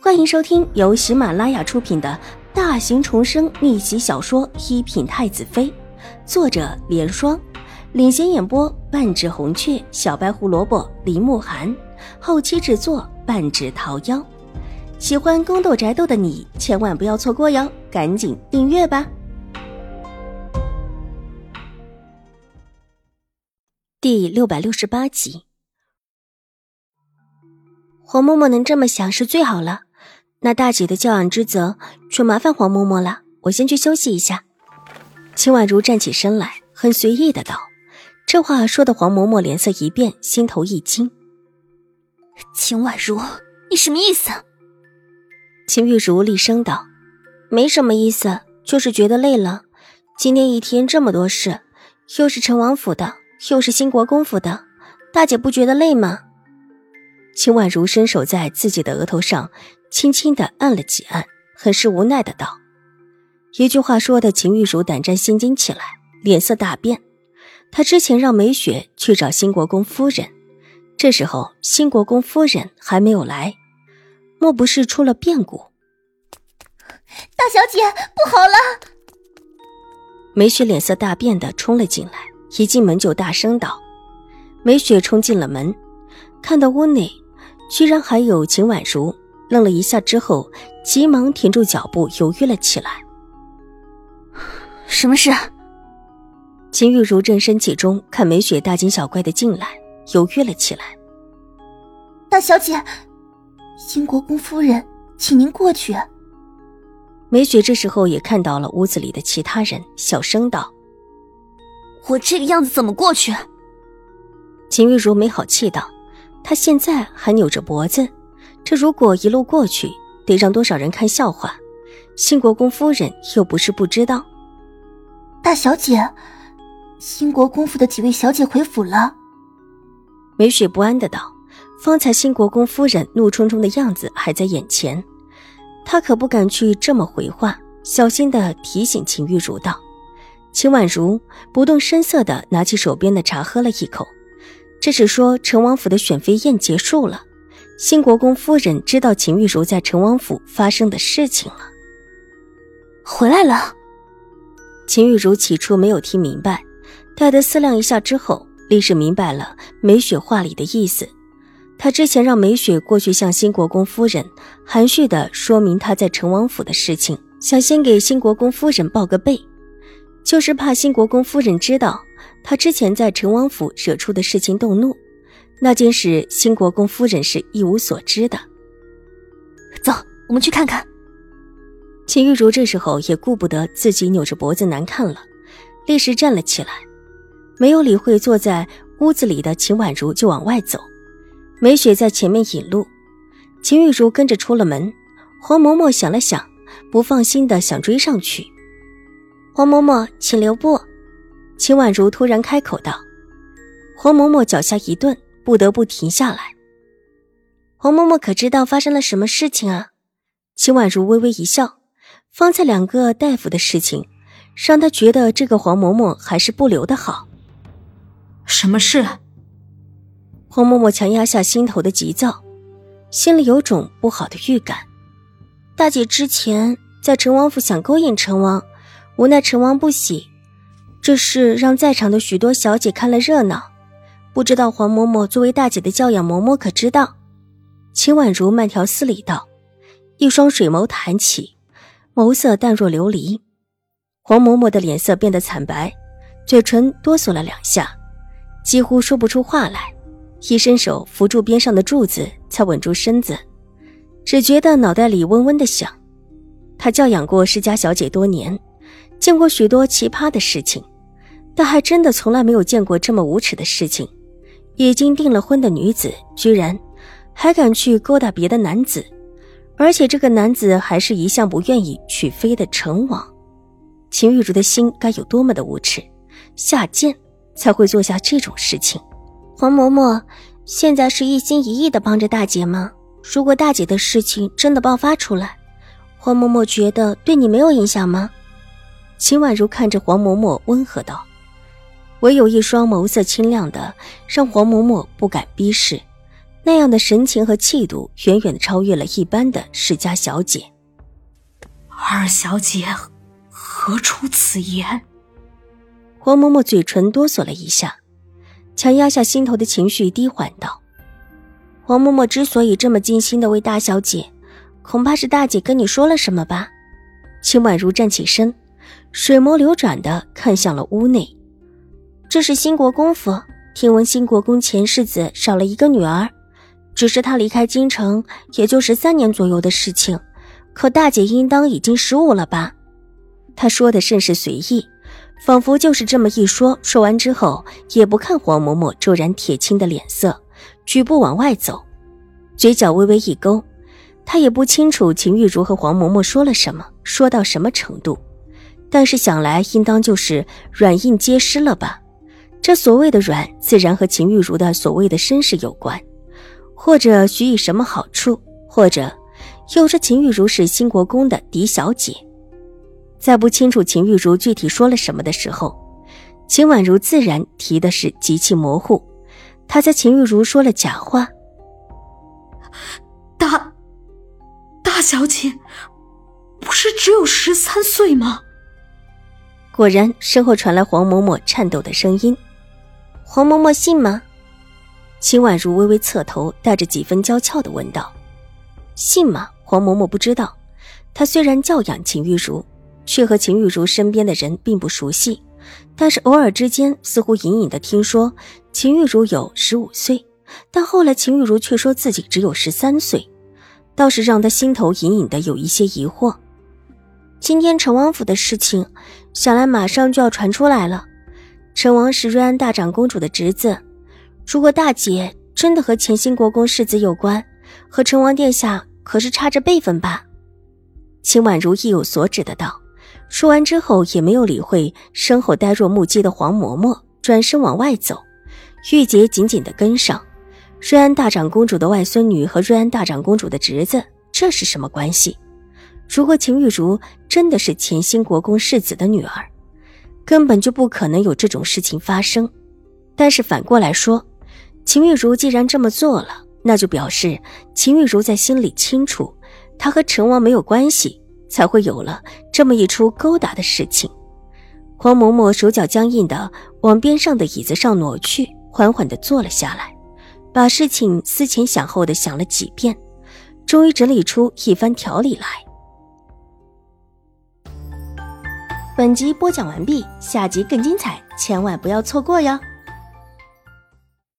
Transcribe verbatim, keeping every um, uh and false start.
欢迎收听由喜马拉雅出品的大型重生逆袭小说《一品太子妃》，作者莲霜，领衔演播半指红雀、小白胡萝卜、林慕寒，后期制作半指桃夭。喜欢宫斗宅斗的你千万不要错过哟，赶紧订阅吧。第六百六十八集，黄嬷嬷能这么想是最好了，那大姐的教养之责却麻烦黄嬷嬷了，我先去休息一下。秦婉如站起身来，很随意的道。这话说的黄嬷嬷脸色一变，心头一惊。 秦婉如，你什么意思？ 秦玉茹厉声道。没什么意思，就是觉得累了。今天一天这么多事，又是陈王府的，又是兴国公府的，大姐不觉得累吗？秦婉如伸手在自己的额头上轻轻地按了几按，很是无奈的道。一句话说的秦玉茹胆战心惊起来，脸色大变。她之前让梅雪去找兴国公夫人，这时候兴国公夫人还没有来，莫不是出了变故？ 大小姐，不好了！ 梅雪脸色大变地冲了进来，一进门就大声道。梅雪冲进了门，看到屋内居然还有秦婉如，愣了一下之后急忙停住脚步，犹豫了起来。 什么事？ 秦玉茹正身其中，看梅雪大惊小怪的进来，犹豫了起来。 大小姐，兴国公夫人，请您过去。 梅雪这时候也看到了屋子里的其他人，小声道。 我这个样子怎么过去？ 秦玉茹没好气道。她现在还扭着脖子，这如果一路过去，得让多少人看笑话。兴国公夫人又不是不知道。 大小姐，兴国公府的几位小姐回府了。 梅雪不安的道。方才兴国公夫人怒冲冲的样子还在眼前，她可不敢去这么回话，小心地提醒秦玉茹道。秦婉如不动声色地拿起手边的茶喝了一口。这是说陈王府的选妃宴结束了，兴国公夫人知道秦玉茹在陈王府发生的事情了。 回来了。 秦玉茹起初没有听明白，待得思量一下之后，立时明白了梅雪话里的意思。她之前让梅雪过去向兴国公夫人含蓄地说明她在陈王府的事情，想先给兴国公夫人报个备，就是怕兴国公夫人知道他之前在陈王府惹出的事情动怒，那件事兴国公夫人是一无所知的。 走，我们去看看。 秦玉茹这时候也顾不得自己扭着脖子难看了，立时站了起来，没有理会坐在屋子里的秦婉如，就往外走。梅雪在前面引路，秦玉茹跟着出了门。黄嬷嬷想了想，不放心的想追上去。黄嬷嬷，请留步。秦婉如突然开口道。黄嬷嬷脚下一顿，不得不停下来。黄嬷嬷可知道发生了什么事情啊？秦婉如微微一笑，方才两个大夫的事情让她觉得这个黄嬷嬷还是不留的好。 什么事？ 黄嬷嬷强压下心头的急躁，心里有种不好的预感。大姐之前在陈王府想勾引陈王，无奈陈王不喜，这事让在场的许多小姐看了热闹，不知道黄嬷嬷作为大姐的教养，嬷嬷可知道？秦婉如慢条斯理道，一双水眸弹起，眸色淡若琉璃。黄嬷嬷的脸色变得惨白，嘴唇哆嗦了两下，几乎说不出话来，一伸手扶住边上的柱子，才稳住身子，只觉得脑袋里嗡嗡地响。她教养过世家小姐多年，见过许多奇葩的事情，但还真的从来没有见过这么无耻的事情。已经订了婚的女子，居然还敢去勾搭别的男子，而且这个男子还是一向不愿意娶妃的陈王。秦玉茹的心该有多么的无耻下贱，才会做下这种事情。黄嬷嬷现在是一心一意地帮着大姐吗？如果大姐的事情真的爆发出来，黄嬷嬷觉得对你没有影响吗？秦婉如看着黄嬷嬷温和道，唯有一双眸色清亮的让黄嬷嬷不敢逼视， 那样的神情和气度远远地超越了一般的世家小姐。 二小姐何出此言？ 黄嬷嬷嘴唇哆嗦了一下，强压下心头的情绪，低缓道：黄嬷嬷之所以这么尽心地为大小姐，恐怕是大姐跟你说了什么吧。秦婉如站起身，水眸流转地看向了屋内。这是兴国公府，听闻兴国公前世子少了一个女儿，只是他离开京城也就十三年左右的事情，可大姐应当已经十五了吧。他说的甚是随意，仿佛就是这么一说，说完之后也不看黄嬷嬷骤然铁青的脸色，举步往外走，嘴角微微一勾。他也不清楚秦玉茹和黄嬷嬷说了什么，说到什么程度，但是想来应当就是软硬皆施了吧。这所谓的软，自然和秦玉茹的所谓的绅士有关，或者许以什么好处，或者又说秦玉茹是兴国公的嫡小姐。在不清楚秦玉茹具体说了什么的时候，秦婉如自然提的是极其模糊。她在秦玉茹说了假话。 大大小姐不是只有十三岁吗？ 果然，身后传来黄嬷嬷颤抖的声音。黄嬷嬷信吗？秦婉如微微侧头，带着几分娇俏地问道。信吗？黄嬷嬷不知道。她虽然教养秦玉茹，却和秦玉茹身边的人并不熟悉，但是偶尔之间似乎隐隐地听说秦玉茹有十五岁，但后来秦玉茹却说自己只有十三岁，倒是让她心头隐隐地有一些疑惑。今天陈王府的事情，想来马上就要传出来了。陈王是瑞安大长公主的侄子，如果大姐真的和前兴国公世子有关，和陈王殿下可是差着辈分吧？秦婉如意有所指的道。说完之后也没有理会身后呆若木鸡的黄嬷嬷，转身往外走。玉洁紧紧地跟上。瑞安大长公主的外孙女和瑞安大长公主的侄子，这是什么关系？如果秦玉茹真的是前兴国公世子的女儿，根本就不可能有这种事情发生。但是反过来说，秦玉茹既然这么做了，那就表示秦玉茹在心里清楚她和陈王没有关系，才会有了这么一出勾搭的事情。黄嬷嬷手脚僵硬地往边上的椅子上挪去，缓缓地坐了下来，把事情思前想后地想了几遍，终于整理出一番条理来。本集播讲完毕，下集更精彩，千万不要错过哟。